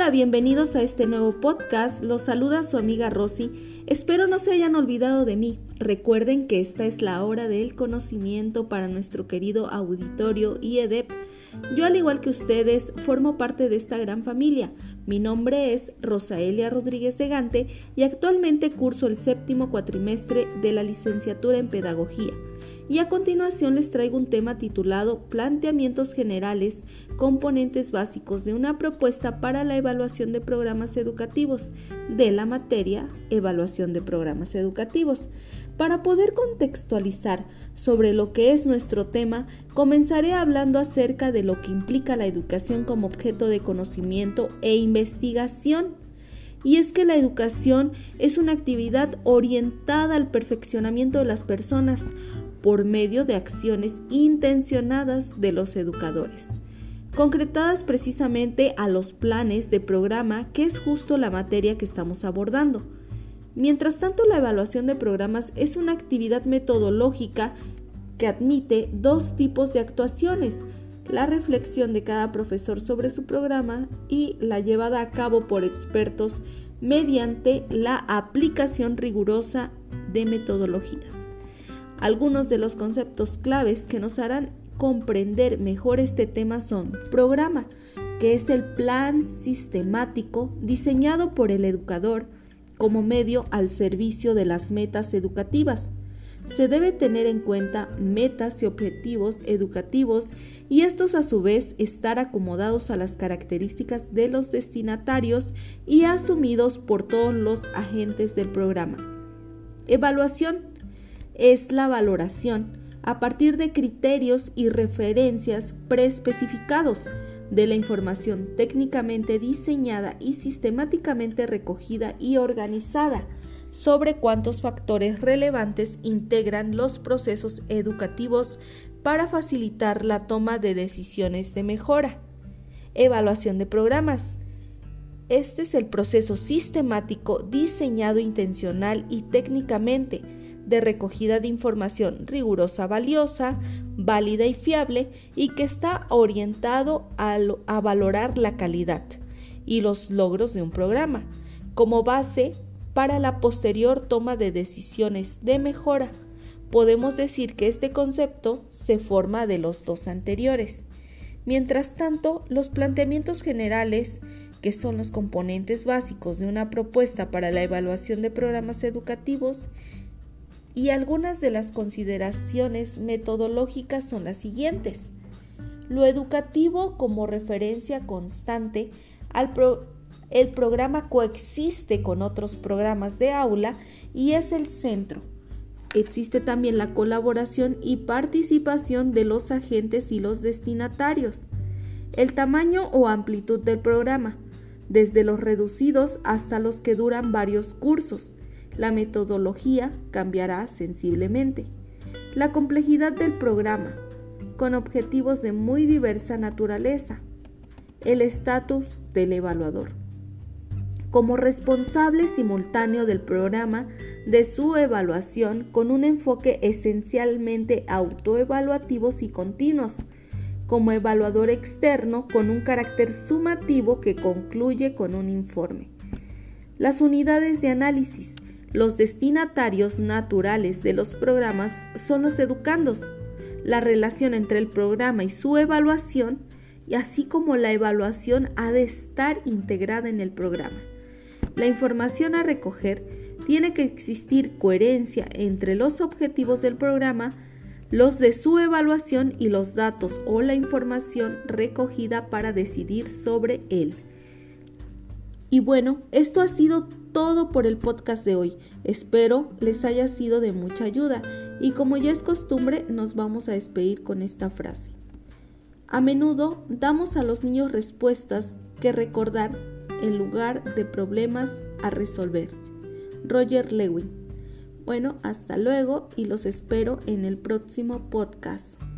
Hola, bienvenidos a este nuevo podcast. Los saluda su amiga Rosy. Espero no se hayan olvidado de mí. Recuerden que esta es la hora del conocimiento para nuestro querido auditorio IEDEP. Yo, al igual que ustedes, formo parte de esta gran familia. Mi nombre es Rosaelia Rodríguez de Gante y actualmente curso el 7º cuatrimestre de la licenciatura en Pedagogía. Y a continuación les traigo un tema titulado Planteamientos generales, componentes básicos de una propuesta para la evaluación de programas educativos, de la materia Evaluación de Programas Educativos. Para poder contextualizar sobre lo que es nuestro tema, comenzaré hablando acerca de lo que implica la educación como objeto de conocimiento e investigación. Y es que la educación es una actividad orientada al perfeccionamiento de las personas por medio de acciones intencionadas de los educadores, concretadas precisamente a los planes de programa, que es justo la materia que estamos abordando. Mientras tanto, la evaluación de programas es una actividad metodológica que admite dos tipos de actuaciones: la reflexión de cada profesor sobre su programa y la llevada a cabo por expertos mediante la aplicación rigurosa de metodologías. Algunos de los conceptos claves que nos harán comprender mejor este tema son: programa, que es el plan sistemático diseñado por el educador como medio al servicio de las metas educativas. Se debe tener en cuenta metas y objetivos educativos y estos a su vez estar acomodados a las características de los destinatarios y asumidos por todos los agentes del programa. Evaluación es la valoración a partir de criterios y referencias preespecificados de la información técnicamente diseñada y sistemáticamente recogida y organizada sobre cuántos factores relevantes integran los procesos educativos para facilitar la toma de decisiones de mejora. Evaluación de programas. Este es el proceso sistemático, diseñado intencional y técnicamente de recogida de información rigurosa, valiosa, válida y fiable, y que está orientado a valorar la calidad y los logros de un programa como base para la posterior toma de decisiones de mejora. Podemos decir que este concepto se forma de los dos anteriores. Mientras tanto, los planteamientos generales, que son los componentes básicos de una propuesta para la evaluación de programas educativos, y algunas de las consideraciones metodológicas son las siguientes: lo educativo como referencia constante el programa coexiste con otros programas de aula y es el centro. Existe también la colaboración y participación de los agentes y los destinatarios. El tamaño o amplitud del programa, desde los reducidos hasta los que duran varios cursos. La metodología cambiará sensiblemente. La complejidad del programa, con objetivos de muy diversa naturaleza. El estatus del evaluador, como responsable simultáneo del programa, de su evaluación, con un enfoque esencialmente autoevaluativos y continuos. Como evaluador externo, con un carácter sumativo que concluye con un informe. Las unidades de análisis. Los destinatarios naturales de los programas son los educandos. La relación entre el programa y su evaluación, y así como la evaluación, ha de estar integrada en el programa. La información a recoger: tiene que existir coherencia entre los objetivos del programa, los de su evaluación y los datos o la información recogida para decidir sobre él. Y bueno, esto ha sido todo por el podcast de hoy. Espero les haya sido de mucha ayuda y, como ya es costumbre, nos vamos a despedir con esta frase: a menudo damos a los niños respuestas que recordar en lugar de problemas a resolver. Roger Lewin. Bueno, hasta luego y los espero en el próximo podcast.